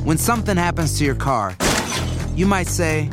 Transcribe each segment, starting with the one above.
When something happens to your car, you might say,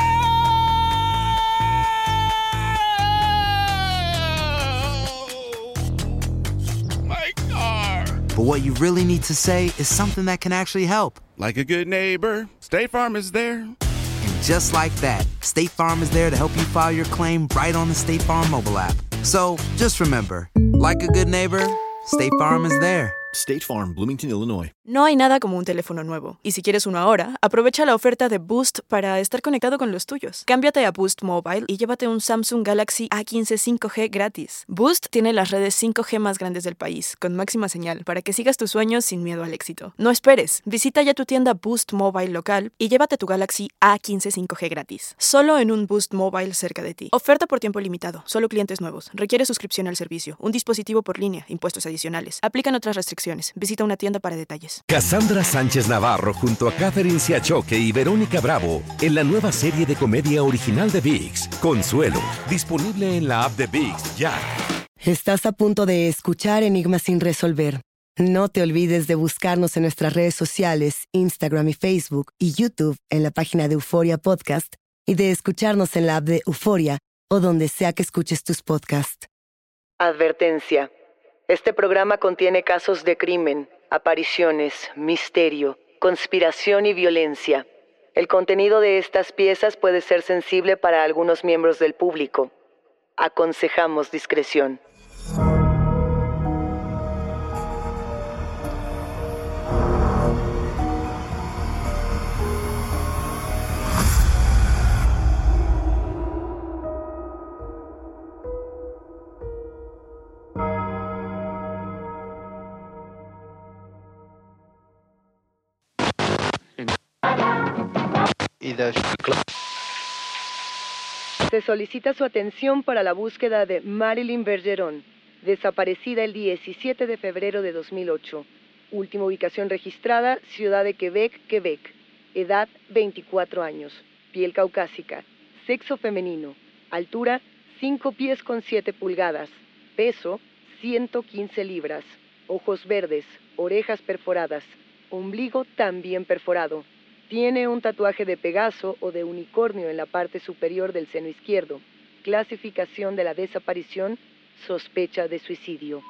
My car! but what you really need to say is something that can actually help. Like a good neighbor, State Farm is there. And just like that, State Farm is there to help you file your claim right on the State Farm mobile app. So just remember, like a good neighbor, State Farm is there. State Farm, Bloomington, Illinois. No hay nada como un teléfono nuevo. Y si quieres uno ahora, aprovecha la oferta de Boost para estar conectado con los tuyos. Cámbiate a Boost Mobile y llévate un Samsung Galaxy A15 5G gratis. Boost tiene las redes 5G más grandes del país, con máxima señal, para que sigas tus sueños sin miedo al éxito. No esperes, visita ya tu tienda Boost Mobile local y llévate tu Galaxy A15 5G gratis. Solo en un Boost Mobile cerca de ti. Oferta por tiempo limitado, solo clientes nuevos. Requiere suscripción al servicio, un dispositivo por línea, impuestos adicionales. Aplican otras restricciones. Visita una tienda para detalles. Cassandra Sánchez Navarro junto a Catherine Siachoque y Verónica Bravo en la nueva serie de comedia original de ViX, Consuelo, disponible en la app de ViX ya. Estás a punto de escuchar Enigmas sin resolver. No te olvides de buscarnos en nuestras redes sociales, Instagram y Facebook, y YouTube en la página de Euforia Podcast, y de escucharnos en la app de Euforia o donde sea que escuches tus podcasts. Advertencia. Este programa contiene casos de crimen, apariciones, misterio, conspiración y violencia. El contenido de estas piezas puede ser sensible para algunos miembros del público. Aconsejamos discreción. Se solicita su atención para la búsqueda de Marilyn Bergeron, desaparecida el 17 de febrero de 2008. Última ubicación registrada, Ciudad de Quebec, Quebec. Edad, 24 años. Piel caucásica. Sexo femenino. Altura, 5 pies con 7 pulgadas. Peso, 115 libras. Ojos verdes. Orejas perforadas. Ombligo también perforado. Tiene un tatuaje de Pegaso o de unicornio en la parte superior del seno izquierdo. Clasificación de la desaparición, sospecha de suicidio.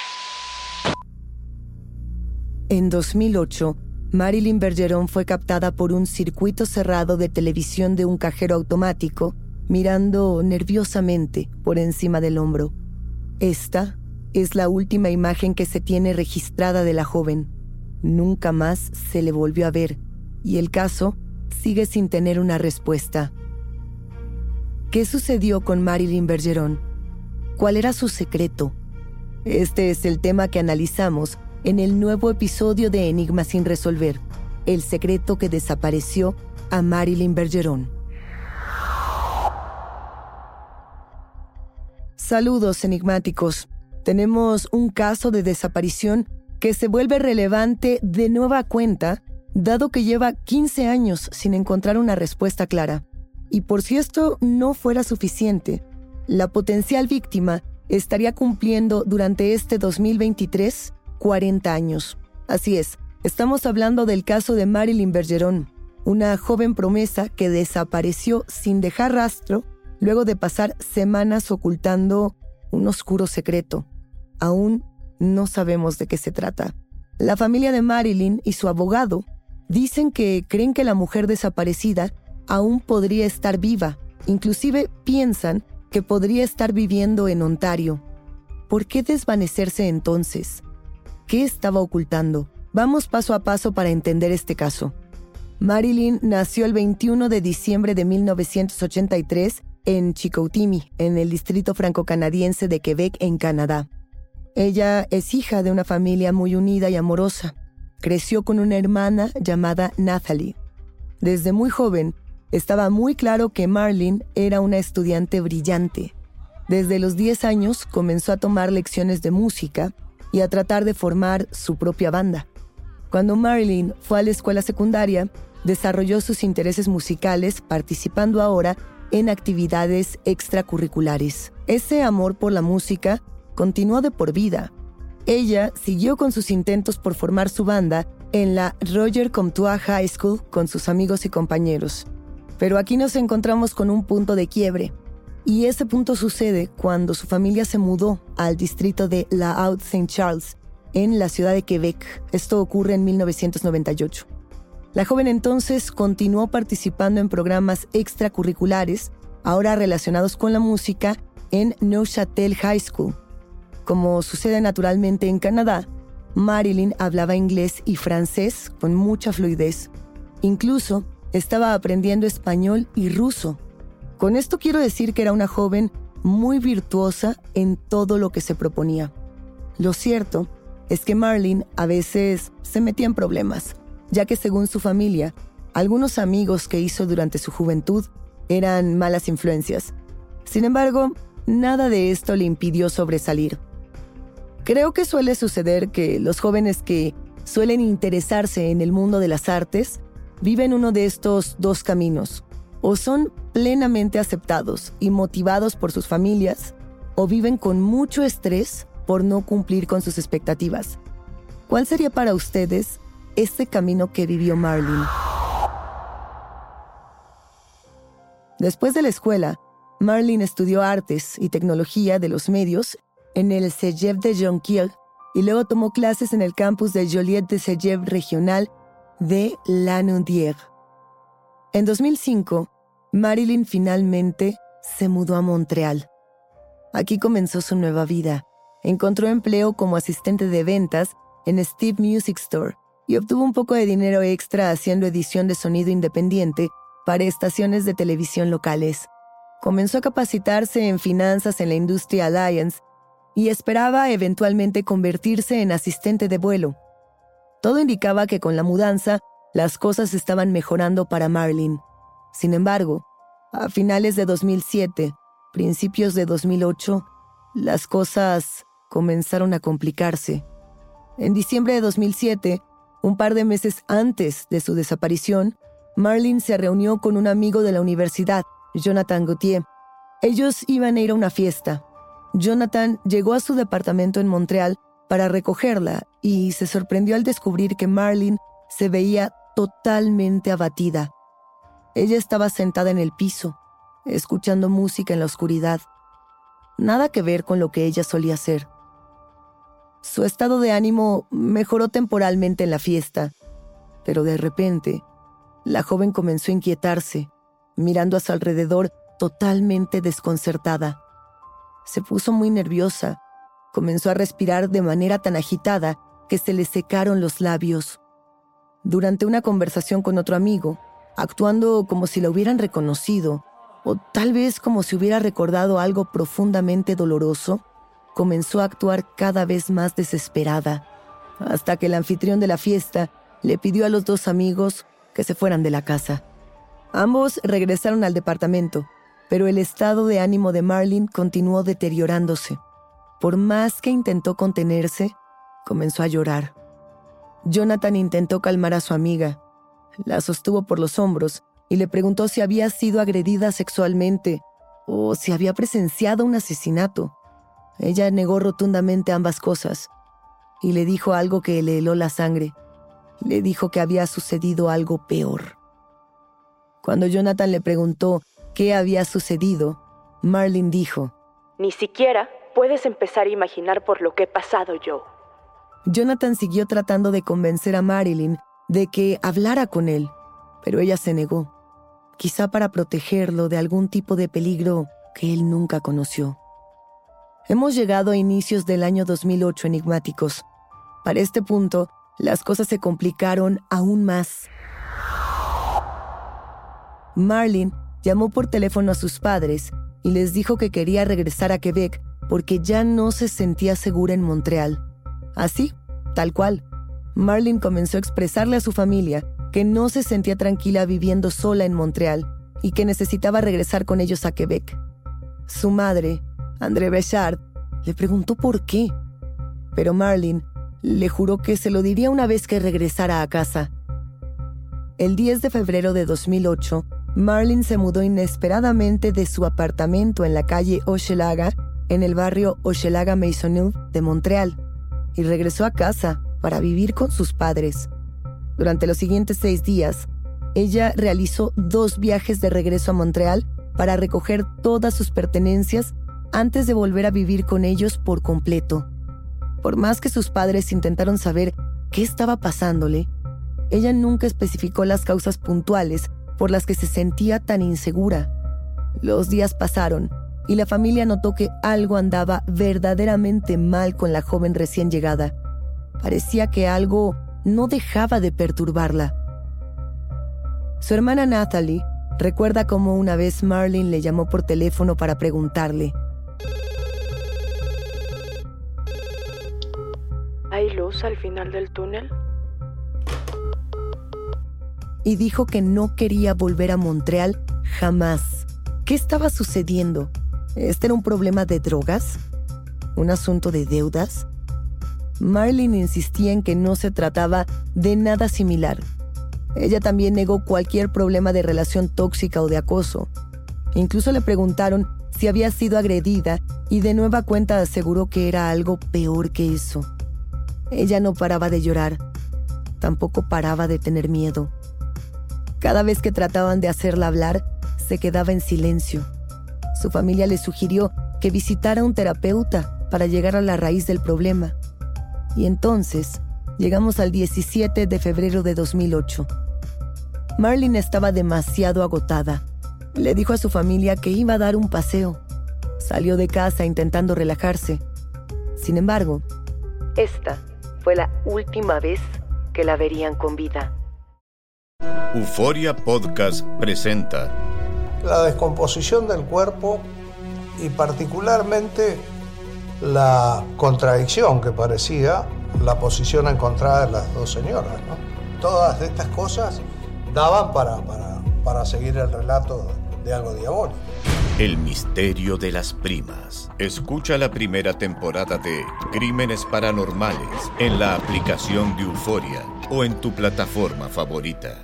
En 2008, Marilyn Bergeron fue captada por un circuito cerrado de televisión de un cajero automático, mirando nerviosamente por encima del hombro. Esta es la última imagen que se tiene registrada de la joven. Nunca más se le volvió a ver. Y el caso sigue sin tener una respuesta. ¿Qué sucedió con Marilyn Bergeron? ¿Cuál era su secreto? Este es el tema que analizamos en el nuevo episodio de Enigmas sin resolver, el secreto que desapareció a Marilyn Bergeron. Saludos, enigmáticos. Tenemos un caso de desaparición que se vuelve relevante de nueva cuenta, dado que lleva 15 años sin encontrar una respuesta clara. Y por si esto no fuera suficiente, la potencial víctima estaría cumpliendo durante este 2023 40 años. Así es, estamos hablando del caso de Marilyn Bergeron, una joven promesa que desapareció sin dejar rastro luego de pasar semanas ocultando un oscuro secreto. Aún no sabemos de qué se trata. La familia de Marilyn y su abogado dicen que creen que la mujer desaparecida aún podría estar viva. Inclusive piensan que podría estar viviendo en Ontario. ¿Por qué desvanecerse entonces? ¿Qué estaba ocultando? Vamos paso a paso para entender este caso. Marilyn nació el 21 de diciembre de 1983 en Chicoutimi, en el distrito franco-canadiense de Quebec, en Canadá. Ella es hija de una familia muy unida y amorosa. Creció con una hermana llamada Nathalie. Desde muy joven, estaba muy claro que Marilyn era una estudiante brillante. Desde los 10 años comenzó a tomar lecciones de música y a tratar de formar su propia banda. Cuando Marilyn fue a la escuela secundaria, desarrolló sus intereses musicales, participando ahora en actividades extracurriculares. Ese amor por la música continuó de por vida. Ella siguió con sus intentos por formar su banda en la Roger Comtois High School con sus amigos y compañeros. Pero aquí nos encontramos con un punto de quiebre. Y ese punto sucede cuando su familia se mudó al distrito de La Haute-Saint-Charles, en la ciudad de Quebec. Esto ocurre en 1998. La joven entonces continuó participando en programas extracurriculares, ahora relacionados con la música, en Neuchâtel High School. Como sucede naturalmente en Canadá, Marilyn hablaba inglés y francés con mucha fluidez. Incluso estaba aprendiendo español y ruso. Con esto quiero decir que era una joven muy virtuosa en todo lo que se proponía. Lo cierto es que Marilyn a veces se metía en problemas, ya que según su familia, algunos amigos que hizo durante su juventud eran malas influencias. Sin embargo, nada de esto le impidió sobresalir. Creo que suele suceder que los jóvenes que suelen interesarse en el mundo de las artes viven uno de estos dos caminos. O son plenamente aceptados y motivados por sus familias, o viven con mucho estrés por no cumplir con sus expectativas. ¿Cuál sería para ustedes este camino que vivió Marilyn? Después de la escuela, Marilyn estudió artes y tecnología de los medios en el Cégep de Jonquière y luego tomó clases en el campus de Joliet de Cégep regional de Lanaudière. En 2005, Marilyn finalmente se mudó a Montreal. Aquí comenzó su nueva vida. Encontró empleo como asistente de ventas en Steve Music Store y obtuvo un poco de dinero extra haciendo edición de sonido independiente para estaciones de televisión locales. Comenzó a capacitarse en finanzas en la Industry Alliance y esperaba eventualmente convertirse en asistente de vuelo. Todo indicaba que con la mudanza, las cosas estaban mejorando para Marilyn. Sin embargo, a finales de 2007, principios de 2008, las cosas comenzaron a complicarse. En diciembre de 2007, un par de meses antes de su desaparición, Marilyn se reunió con un amigo de la universidad, Jonathan Gauthier. Ellos iban a ir a una fiesta. Jonathan llegó a su departamento en Montreal para recogerla y se sorprendió al descubrir que Marilyn se veía totalmente abatida. Ella estaba sentada en el piso, escuchando música en la oscuridad. Nada que ver con lo que ella solía hacer. Su estado de ánimo mejoró temporalmente en la fiesta, pero de repente, la joven comenzó a inquietarse, mirando a su alrededor totalmente desconcertada. Se puso muy nerviosa, comenzó a respirar de manera tan agitada que se le secaron los labios. Durante una conversación con otro amigo, actuando como si la hubieran reconocido, o tal vez como si hubiera recordado algo profundamente doloroso, comenzó a actuar cada vez más desesperada, hasta que el anfitrión de la fiesta le pidió a los dos amigos que se fueran de la casa. Ambos regresaron al departamento, pero el estado de ánimo de Marilyn continuó deteriorándose. Por más que intentó contenerse, comenzó a llorar. Jonathan intentó calmar a su amiga. La sostuvo por los hombros y le preguntó si había sido agredida sexualmente o si había presenciado un asesinato. Ella negó rotundamente ambas cosas y le dijo algo que le heló la sangre. Le dijo que había sucedido algo peor. Cuando Jonathan le preguntó qué había sucedido, Marilyn dijo: Ni siquiera puedes empezar a imaginar por lo que he pasado yo. Jonathan siguió tratando de convencer a Marilyn de que hablara con él, pero ella se negó, quizá para protegerlo de algún tipo de peligro que él nunca conoció. Hemos llegado a inicios del año 2008 enigmáticos. Para este punto, las cosas se complicaron aún más. Marilyn llamó por teléfono a sus padres y les dijo que quería regresar a Quebec porque ya no se sentía segura en Montreal. Así, tal cual, Marilyn comenzó a expresarle a su familia que no se sentía tranquila viviendo sola en Montreal y que necesitaba regresar con ellos a Quebec. Su madre, André Béchard, le preguntó por qué, pero Marilyn le juró que se lo diría una vez que regresara a casa. El 10 de febrero de 2008, Marilyn se mudó inesperadamente de su apartamento en la calle Hochelaga, en el barrio Hochelaga-Maisonneuve de Montreal, y regresó a casa para vivir con sus padres. Durante los siguientes 6 días, ella realizó 2 viajes de regreso a Montreal para recoger todas sus pertenencias antes de volver a vivir con ellos por completo. Por más que sus padres intentaron saber qué estaba pasándole, ella nunca especificó las causas puntuales por las que se sentía tan insegura. Los días pasaron y la familia notó que algo andaba verdaderamente mal con la joven recién llegada. Parecía que algo no dejaba de perturbarla. Su hermana Natalie recuerda cómo una vez Marlene le llamó por teléfono para preguntarle: ¿hay luz al final del túnel? Y dijo que no quería volver a Montreal jamás. ¿Qué estaba sucediendo? ¿Este era un problema de drogas? ¿Un asunto de deudas? Marlene insistía en que no se trataba de nada similar. Ella también negó cualquier problema de relación tóxica o de acoso. Incluso le preguntaron si había sido agredida y de nueva cuenta aseguró que era algo peor que eso. Ella no paraba de llorar. Tampoco paraba de tener miedo. Cada vez que trataban de hacerla hablar, se quedaba en silencio. Su familia le sugirió que visitara a un terapeuta para llegar a la raíz del problema. Y entonces, llegamos al 17 de febrero de 2008. Marlene estaba demasiado agotada. Le dijo a su familia que iba a dar un paseo. Salió de casa intentando relajarse. Sin embargo, esta fue la última vez que la verían con vida. Euforia Podcast presenta la descomposición del cuerpo y particularmente la contradicción que parecía la posición encontrada de las dos señoras, ¿no? Todas estas cosas daban para seguir el relato de algo diabólico. El misterio de las primas. Escucha la primera temporada de Crímenes Paranormales en la aplicación de Euforia o en tu plataforma favorita.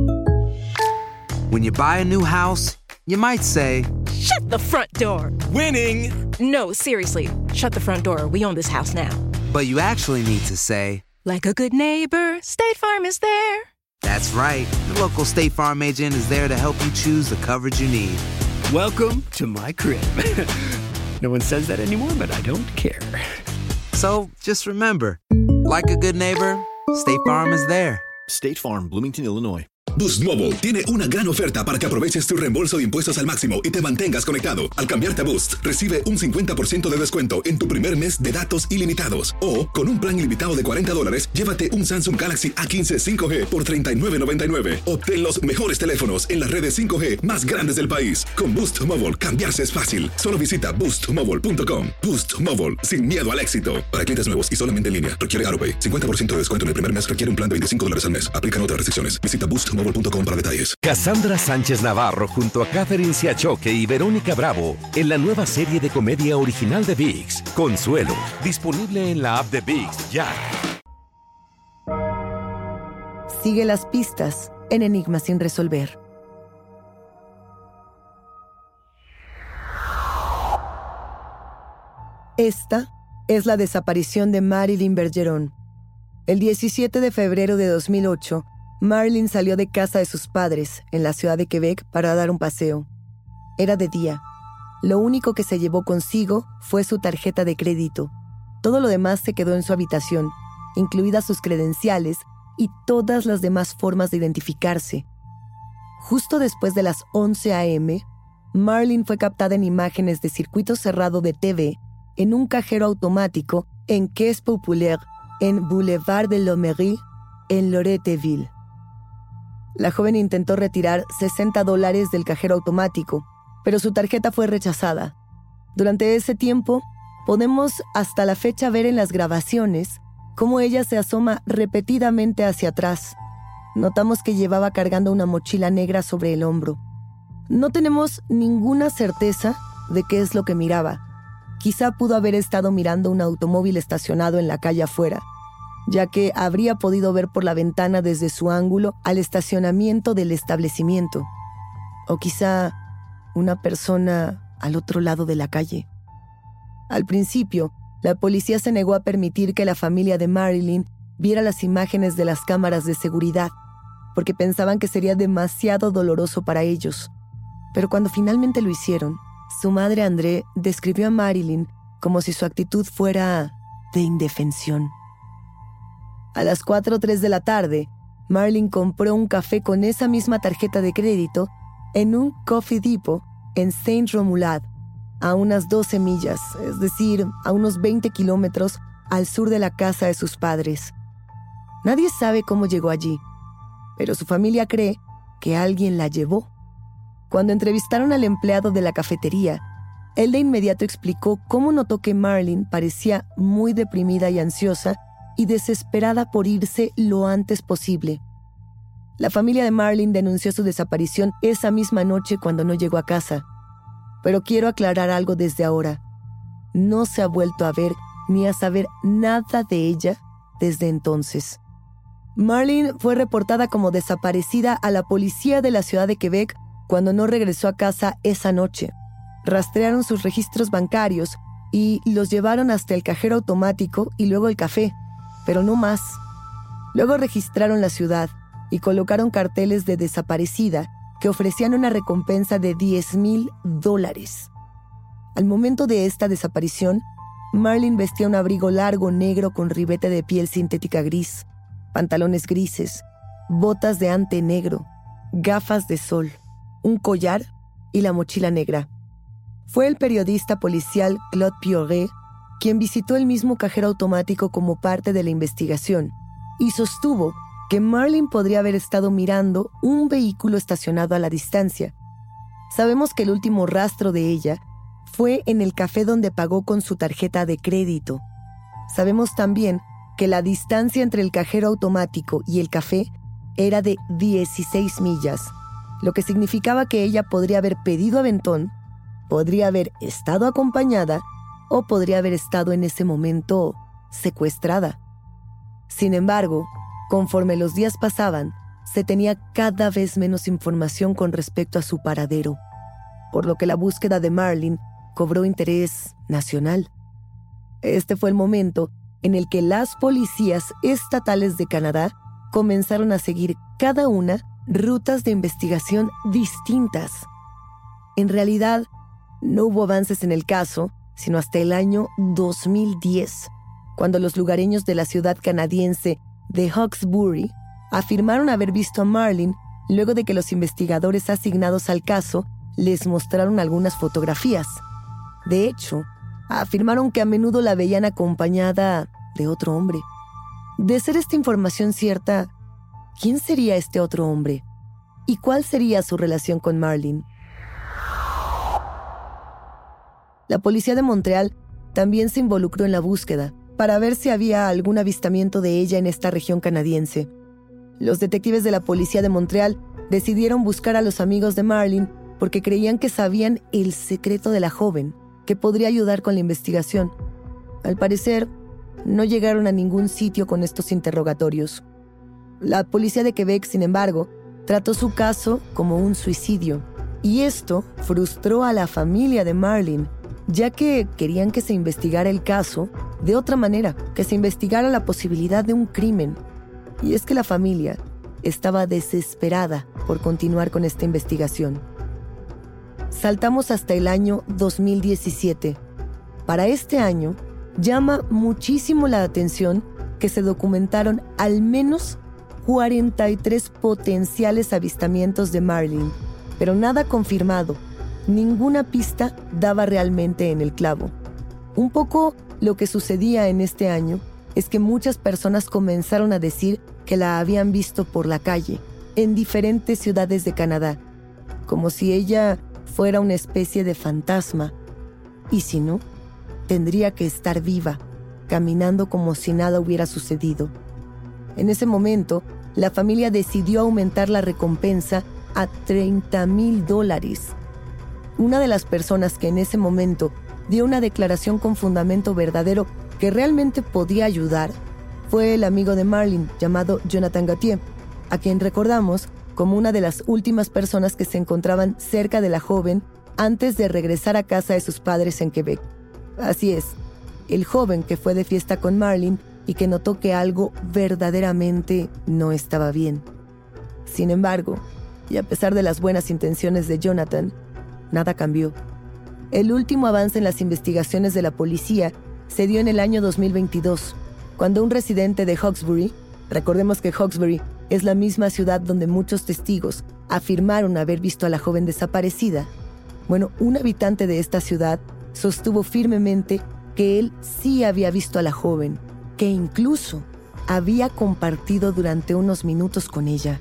When you buy a new house, you might say, "Shut the front door." Winning! No, seriously. Shut the front door. We own this house now. but you actually need to say, like a good neighbor, State Farm is there. That's right. The local State Farm agent is there to help you choose the coverage you need. Welcome to my crib. No one says that anymore, but I don't care. So just remember, like a good neighbor, State Farm is there. State Farm, Bloomington, Illinois. Boost Mobile tiene una gran oferta para que aproveches tu reembolso de impuestos al máximo y te mantengas conectado. Al cambiarte a Boost, recibe un 50% de descuento en tu primer mes de datos ilimitados. O, con un plan ilimitado de $40, llévate un Samsung Galaxy A15 5G por $39.99. Obtén los mejores teléfonos en las redes 5G más grandes del país. Con Boost Mobile, cambiarse es fácil. Solo visita boostmobile.com. Boost Mobile, sin miedo al éxito. Para clientes nuevos y solamente en línea, requiere AutoPay. 50% de descuento en el primer mes requiere un plan de $25 al mes. Aplican otras restricciones. Visita boostmobile.com para detalles. Cassandra Sánchez Navarro junto a Catherine Siachoque y Verónica Bravo en la nueva serie de comedia original de ViX, Consuelo, disponible en la app de ViX ya. Sigue las pistas en Enigma sin resolver. Esta es la desaparición de Marilyn Bergeron. El 17 de febrero de 2008, Marilyn salió de casa de sus padres en la ciudad de Quebec para dar un paseo. Era de día. Lo único que se llevó consigo fue su tarjeta de crédito. Todo lo demás se quedó en su habitación, incluidas sus credenciales y todas las demás formas de identificarse. Justo después de las 11 a.m., Marilyn fue captada en imágenes de circuito cerrado de TV en un cajero automático en Caisse Populaire, en Boulevard de Lomerie, en Loretteville. La joven intentó retirar $60 del cajero automático, pero su tarjeta fue rechazada. Durante ese tiempo, podemos hasta la fecha ver en las grabaciones cómo ella se asoma repetidamente hacia atrás. Notamos que llevaba cargando una mochila negra sobre el hombro. No tenemos ninguna certeza de qué es lo que miraba. Quizá pudo haber estado mirando un automóvil estacionado en la calle afuera, ya que habría podido ver por la ventana desde su ángulo al estacionamiento del establecimiento. O quizá una persona al otro lado de la calle. Al principio, la policía se negó a permitir que la familia de Marilyn viera las imágenes de las cámaras de seguridad, porque pensaban que sería demasiado doloroso para ellos. Pero cuando finalmente lo hicieron, su madre André describió a Marilyn como si su actitud fuera de indefensión. A las 4:03 de la tarde, Marilyn compró un café con esa misma tarjeta de crédito en un Coffee Depot en Saint-Romuald, a unas 12 millas, es decir, a unos 20 kilómetros al sur de la casa de sus padres. Nadie sabe cómo llegó allí, pero su familia cree que alguien la llevó. Cuando entrevistaron al empleado de la cafetería, él de inmediato explicó cómo notó que Marilyn parecía muy deprimida y ansiosa y desesperada por irse lo antes posible. La familia de Marilyn denunció su desaparición esa misma noche cuando no llegó a casa. Pero quiero aclarar algo desde ahora. No se ha vuelto a ver ni a saber nada de ella desde entonces. Marilyn fue reportada como desaparecida a la policía de la ciudad de Quebec cuando no regresó a casa esa noche. Rastrearon sus registros bancarios y los llevaron hasta el cajero automático y luego el café, pero no más. Luego registraron la ciudad y colocaron carteles de desaparecida que ofrecían una recompensa de $10,000. Al momento de esta desaparición, Marilyn vestía un abrigo largo negro con ribete de piel sintética gris, pantalones grises, botas de ante negro, gafas de sol, un collar y la mochila negra. Fue el periodista policial Claude Piorret quien visitó el mismo cajero automático como parte de la investigación y sostuvo que Marilyn podría haber estado mirando un vehículo estacionado a la distancia. Sabemos que el último rastro de ella fue en el café donde pagó con su tarjeta de crédito. Sabemos también que la distancia entre el cajero automático y el café era de 16 millas, lo que significaba que ella podría haber pedido aventón, podría haber estado acompañada o podría haber estado en ese momento secuestrada. Sin embargo, conforme los días pasaban, se tenía cada vez menos información con respecto a su paradero, por lo que la búsqueda de Marilyn cobró interés nacional. Este fue el momento en el que las policías estatales de Canadá comenzaron a seguir cada una rutas de investigación distintas. En realidad, no hubo avances en el caso, sino hasta el año 2010, cuando los lugareños de la ciudad canadiense de Hawkesbury afirmaron haber visto a Marilyn luego de que los investigadores asignados al caso les mostraron algunas fotografías. De hecho, afirmaron que a menudo la veían acompañada de otro hombre. De ser esta información cierta, ¿quién sería este otro hombre? ¿Y cuál sería su relación con Marilyn? La policía de Montreal también se involucró en la búsqueda para ver si había algún avistamiento de ella en esta región canadiense. Los detectives de la policía de Montreal decidieron buscar a los amigos de Marilyn porque creían que sabían el secreto de la joven, que podría ayudar con la investigación. Al parecer, no llegaron a ningún sitio con estos interrogatorios. La policía de Quebec, sin embargo, trató su caso como un suicidio, y esto frustró a la familia de Marilyn, ya que querían que se investigara el caso de otra manera, que se investigara la posibilidad de un crimen. Y es que la familia estaba desesperada por continuar con esta investigación. Saltamos hasta el año 2017. Para este año, llama muchísimo la atención que se documentaron al menos 43 potenciales avistamientos de Marilyn, pero nada confirmado. Ninguna pista daba realmente en el clavo. Un poco lo que sucedía en este año es que muchas personas comenzaron a decir que la habían visto por la calle, en diferentes ciudades de Canadá, como si ella fuera una especie de fantasma. Y si no, tendría que estar viva, caminando como si nada hubiera sucedido. En ese momento, la familia decidió aumentar la recompensa a $30,000. Una de las personas que en ese momento dio una declaración con fundamento verdadero que realmente podía ayudar fue el amigo de Marilyn llamado Jonathan Gauthier, a quien recordamos como una de las últimas personas que se encontraban cerca de la joven antes de regresar a casa de sus padres en Quebec. Así es, el joven que fue de fiesta con Marilyn y que notó que algo verdaderamente no estaba bien. Sin embargo, y a pesar de las buenas intenciones de Jonathan, nada cambió. El último avance en las investigaciones de la policía se dio en el año 2022, cuando un residente de Hawkesbury, recordemos que Hawkesbury es la misma ciudad donde muchos testigos afirmaron haber visto a la joven desaparecida. Bueno, un habitante de esta ciudad sostuvo firmemente que él sí había visto a la joven, que incluso había compartido durante unos minutos con ella.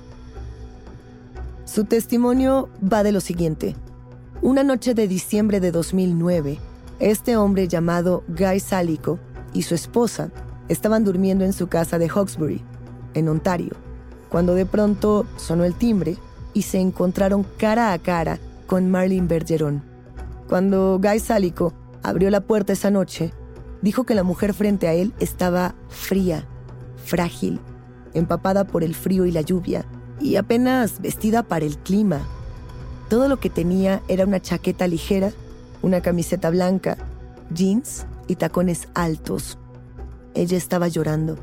Su testimonio va de lo siguiente. Una noche de diciembre de 2009, este hombre llamado Guy Salico y su esposa estaban durmiendo en su casa de Hawkesbury, en Ontario, cuando de pronto sonó el timbre y se encontraron cara a cara con Marlene Bergeron. Cuando Guy Salico abrió la puerta esa noche, dijo que la mujer frente a él estaba fría, frágil, empapada por el frío y la lluvia, y apenas vestida para el clima. Todo lo que tenía era una chaqueta ligera, una camiseta blanca, jeans y tacones altos. Ella estaba llorando.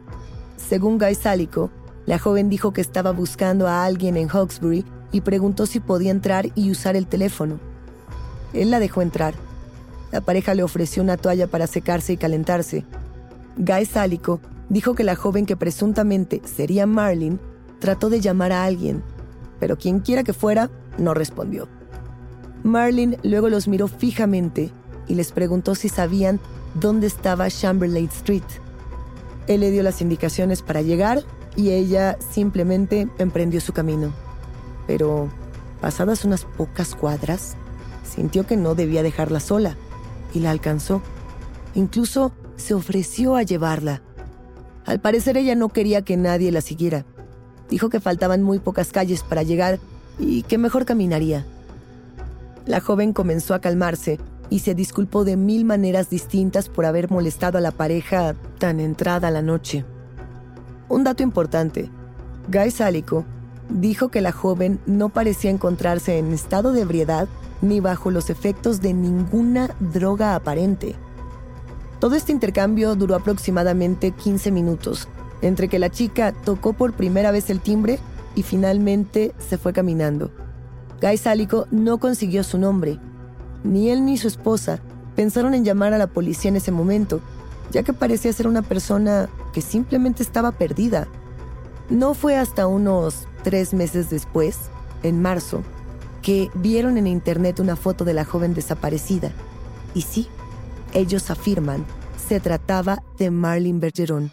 Según Guy Salico, la joven dijo que estaba buscando a alguien en Hawkesbury y preguntó si podía entrar y usar el teléfono. Él la dejó entrar. La pareja le ofreció una toalla para secarse y calentarse. Guy Salico dijo que la joven, que presuntamente sería Marlene, trató de llamar a alguien, pero quien quiera que fuera, no respondió. Marlene luego los miró fijamente y les preguntó si sabían dónde estaba Chamberlain Street. Él le dio las indicaciones para llegar y ella simplemente emprendió su camino. Pero, pasadas unas pocas cuadras, sintió que no debía dejarla sola y la alcanzó. Incluso se ofreció a llevarla. Al parecer ella no quería que nadie la siguiera. Dijo que faltaban muy pocas calles para llegar y que mejor caminaría. La joven comenzó a calmarse y se disculpó de 1000 maneras distintas por haber molestado a la pareja tan entrada la noche. Un dato importante: Guy Salico dijo que la joven no parecía encontrarse en estado de ebriedad ni bajo los efectos de ninguna droga aparente. Todo este intercambio duró aproximadamente 15 minutos, entre que la chica tocó por primera vez el timbre y finalmente se fue caminando. Guy Salico no consiguió su nombre. Ni él ni su esposa pensaron en llamar a la policía en ese momento, ya que parecía ser una persona que simplemente estaba perdida. No fue hasta unos 3 meses después, en marzo, que vieron en internet una foto de la joven desaparecida. Y sí, ellos afirman, se trataba de Marlene Bergeron.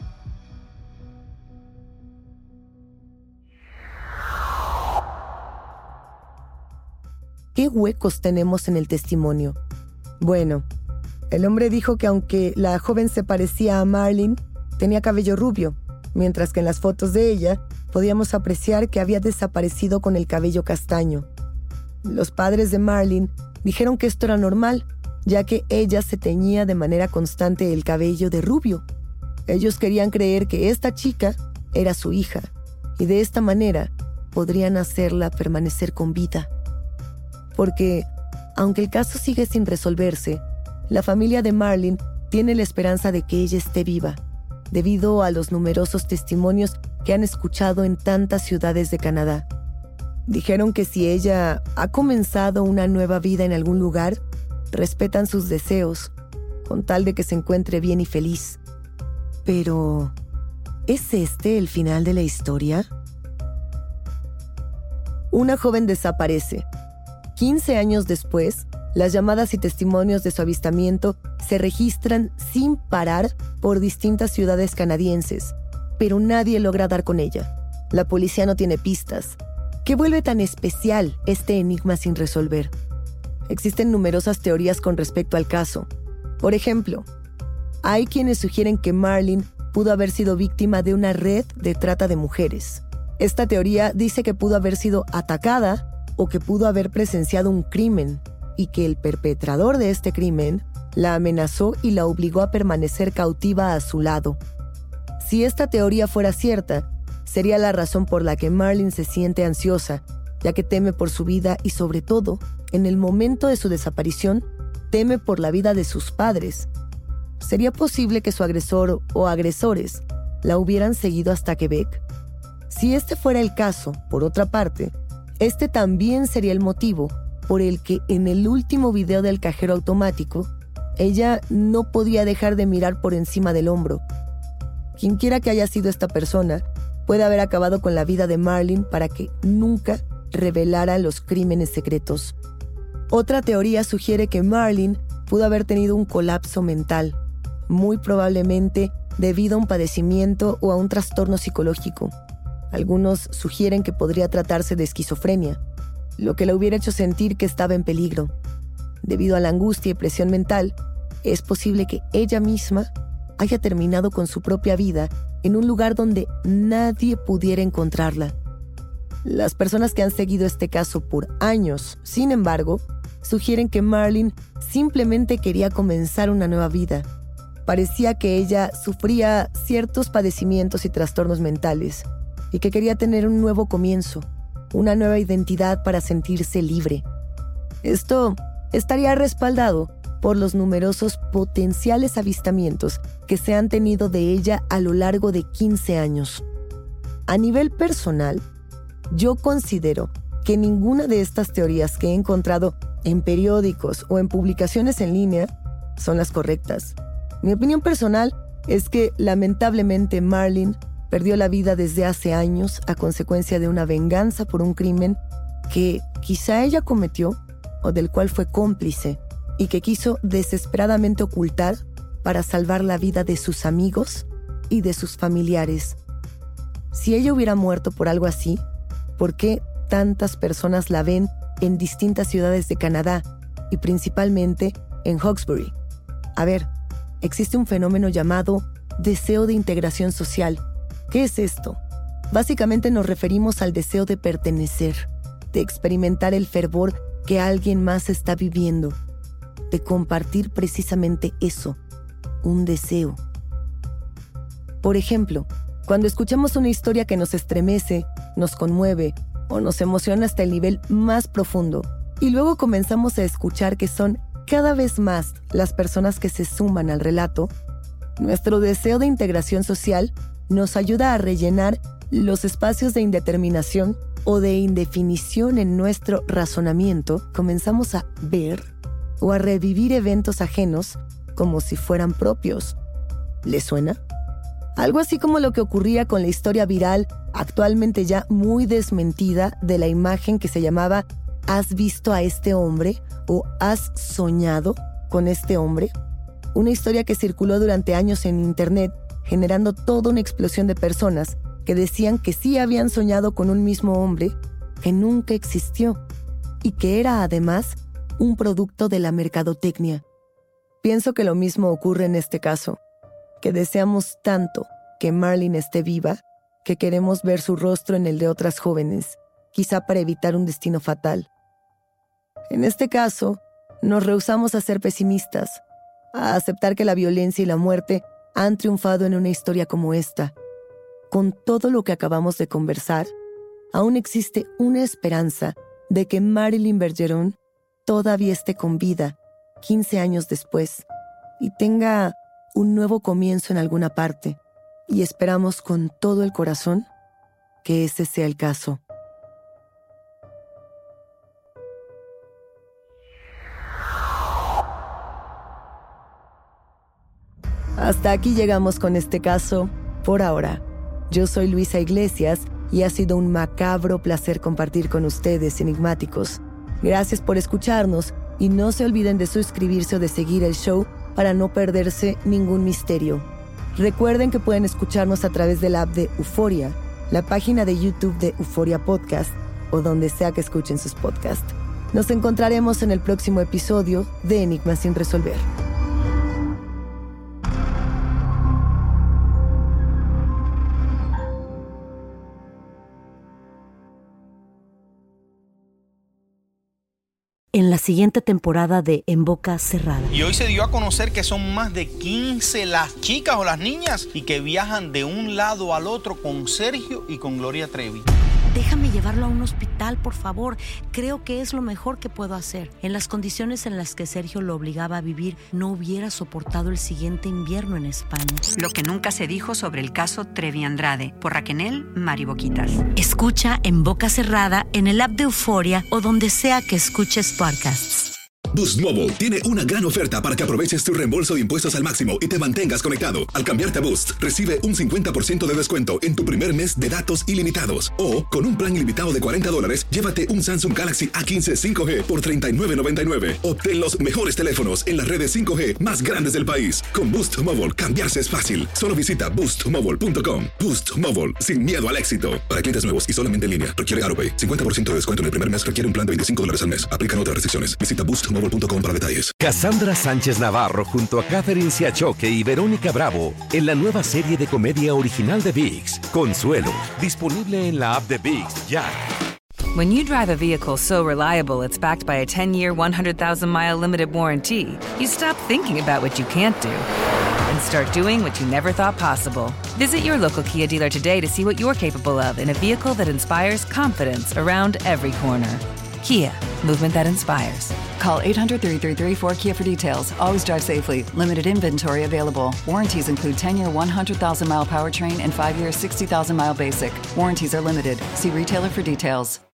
¿Qué huecos tenemos en el testimonio? Bueno, el hombre dijo que aunque la joven se parecía a Marlene, tenía cabello rubio, mientras que en las fotos de ella podíamos apreciar que había desaparecido con el cabello castaño. Los padres de Marlene dijeron que esto era normal, ya que ella se teñía de manera constante el cabello de rubio. Ellos querían creer que esta chica era su hija, y de esta manera podrían hacerla permanecer con vida. Porque, aunque el caso sigue sin resolverse, la familia de Marlene tiene la esperanza de que ella esté viva, debido a los numerosos testimonios que han escuchado en tantas ciudades de Canadá. Dijeron que si ella ha comenzado una nueva vida en algún lugar, respetan sus deseos, con tal de que se encuentre bien y feliz. Pero, ¿es este el final de la historia? Una joven desaparece. 15 años después, las llamadas y testimonios de su avistamiento se registran sin parar por distintas ciudades canadienses, pero nadie logra dar con ella. La policía no tiene pistas. ¿Qué vuelve tan especial este enigma sin resolver? Existen numerosas teorías con respecto al caso. Por ejemplo, hay quienes sugieren que Marlene pudo haber sido víctima de una red de trata de mujeres. Esta teoría dice que pudo haber sido atacada o que pudo haber presenciado un crimen y que el perpetrador de este crimen la amenazó y la obligó a permanecer cautiva a su lado. Si esta teoría fuera cierta, sería la razón por la que Marlene se siente ansiosa, ya que teme por su vida y, sobre todo, en el momento de su desaparición, teme por la vida de sus padres. ¿sería posible que su agresor o agresores la hubieran seguido hasta Quebec? Si este fuera el caso, por otra parte, este también sería el motivo por el que en el último video del cajero automático, ella no podía dejar de mirar por encima del hombro. Quienquiera que haya sido esta persona, puede haber acabado con la vida de Marlene para que nunca revelara los crímenes secretos. Otra teoría sugiere que Marlene pudo haber tenido un colapso mental, muy probablemente debido a un padecimiento o a un trastorno psicológico. Algunos sugieren que podría tratarse de esquizofrenia, lo que la hubiera hecho sentir que estaba en peligro. Debido a la angustia y presión mental, es posible que ella misma haya terminado con su propia vida en un lugar donde nadie pudiera encontrarla. Las personas que han seguido este caso por años, sin embargo, sugieren que Marlene simplemente quería comenzar una nueva vida. Parecía que ella sufría ciertos padecimientos y trastornos mentales y que quería tener un nuevo comienzo, una nueva identidad para sentirse libre. Esto estaría respaldado por los numerosos potenciales avistamientos que se han tenido de ella a lo largo de 15 años. A nivel personal, yo considero que ninguna de estas teorías que he encontrado en periódicos o en publicaciones en línea son las correctas. Mi opinión personal es que, lamentablemente, Marlene perdió la vida desde hace años a consecuencia de una venganza por un crimen que quizá ella cometió o del cual fue cómplice y que quiso desesperadamente ocultar para salvar la vida de sus amigos y de sus familiares. Si ella hubiera muerto por algo así, ¿por qué tantas personas la ven en distintas ciudades de Canadá y principalmente en Hawkesbury? A ver, existe un fenómeno llamado deseo de integración social. ¿Qué es esto? Básicamente nos referimos al deseo de pertenecer, de experimentar el fervor que alguien más está viviendo, de compartir precisamente eso, un deseo. Por ejemplo, cuando escuchamos una historia que nos estremece, nos conmueve o nos emociona hasta el nivel más profundo, y luego comenzamos a escuchar que son cada vez más las personas que se suman al relato, nuestro deseo de integración social nos ayuda a rellenar los espacios de indeterminación o de indefinición en nuestro razonamiento. Comenzamos a ver o a revivir eventos ajenos como si fueran propios. ¿Les suena? Algo así como lo que ocurría con la historia viral, actualmente ya muy desmentida, de la imagen que se llamaba ¿Has visto a este hombre? O ¿has soñado con este hombre? Una historia que circuló durante años en internet, generando toda una explosión de personas que decían que sí habían soñado con un mismo hombre que nunca existió y que era además un producto de la mercadotecnia. Pienso que lo mismo ocurre en este caso, que deseamos tanto que Marlene esté viva que queremos ver su rostro en el de otras jóvenes, quizá para evitar un destino fatal. En este caso, nos rehusamos a ser pesimistas, a aceptar que la violencia y la muerte han triunfado en una historia como esta. Con todo lo que acabamos de conversar, aún existe una esperanza de que Marilyn Bergeron todavía esté con vida 15 años después y tenga un nuevo comienzo en alguna parte, y esperamos con todo el corazón que ese sea el caso. Hasta aquí llegamos con este caso por ahora. Yo soy Luisa Iglesias y ha sido un macabro placer compartir con ustedes, enigmáticos. Gracias por escucharnos y no se olviden de suscribirse o de seguir el show para no perderse ningún misterio. Recuerden que pueden escucharnos a través de la app de Euforia, la página de YouTube de Euforia Podcast o donde sea que escuchen sus podcasts. Nos encontraremos en el próximo episodio de Enigmas sin resolver. En la siguiente temporada de En Boca Cerrada. Y hoy se dio a conocer que son más de 15 las chicas o las niñas y que viajan de un lado al otro con Sergio y con Gloria Trevi. Déjame llevarlo a un hospital. hospital, por favor. Creo que es lo mejor que puedo hacer. En las condiciones en las que Sergio lo obligaba a vivir, no hubiera soportado el siguiente invierno en España. Lo que nunca se dijo sobre el caso Trevi Andrade, por Raquel Mariboquitas. Escucha En Boca Cerrada, en el app de Euforia o donde sea que escuches podcasts. Boost Mobile tiene una gran oferta para que aproveches tu reembolso de impuestos al máximo y te mantengas conectado. Al cambiarte a Boost, recibe un 50% de descuento en tu primer mes de datos ilimitados. O, con un plan ilimitado de $40, llévate un Samsung Galaxy A15 5G por $39.99. Obtén los mejores teléfonos en las redes 5G más grandes del país. Con Boost Mobile, cambiarse es fácil. Solo visita boostmobile.com. Boost Mobile, sin miedo al éxito. Para clientes nuevos y solamente en línea, requiere AroPay. 50% de descuento en el primer mes requiere un plan de $25 al mes. Aplican otras restricciones. Visita boostmobile.com para detalles. Cassandra Sánchez Navarro junto a Catherine Siachoque y Verónica Bravo en la nueva serie de comedia original de ViX, Consuelo, disponible en la app de ViX ya. When you drive a vehicle so reliable it's backed by a 10-year, 100,000-mile limited warranty, you stop thinking about what you can't do and start doing what you never thought possible. Visit your local Kia dealer today to see what you're capable of in a vehicle that inspires confidence around every corner. Kia, movement that inspires. Call 800-333-4KIA for details. Always drive safely. Limited inventory available. Warranties include 10-year 100,000-mile powertrain and 5-year 60,000-mile basic. Warranties are limited. See retailer for details.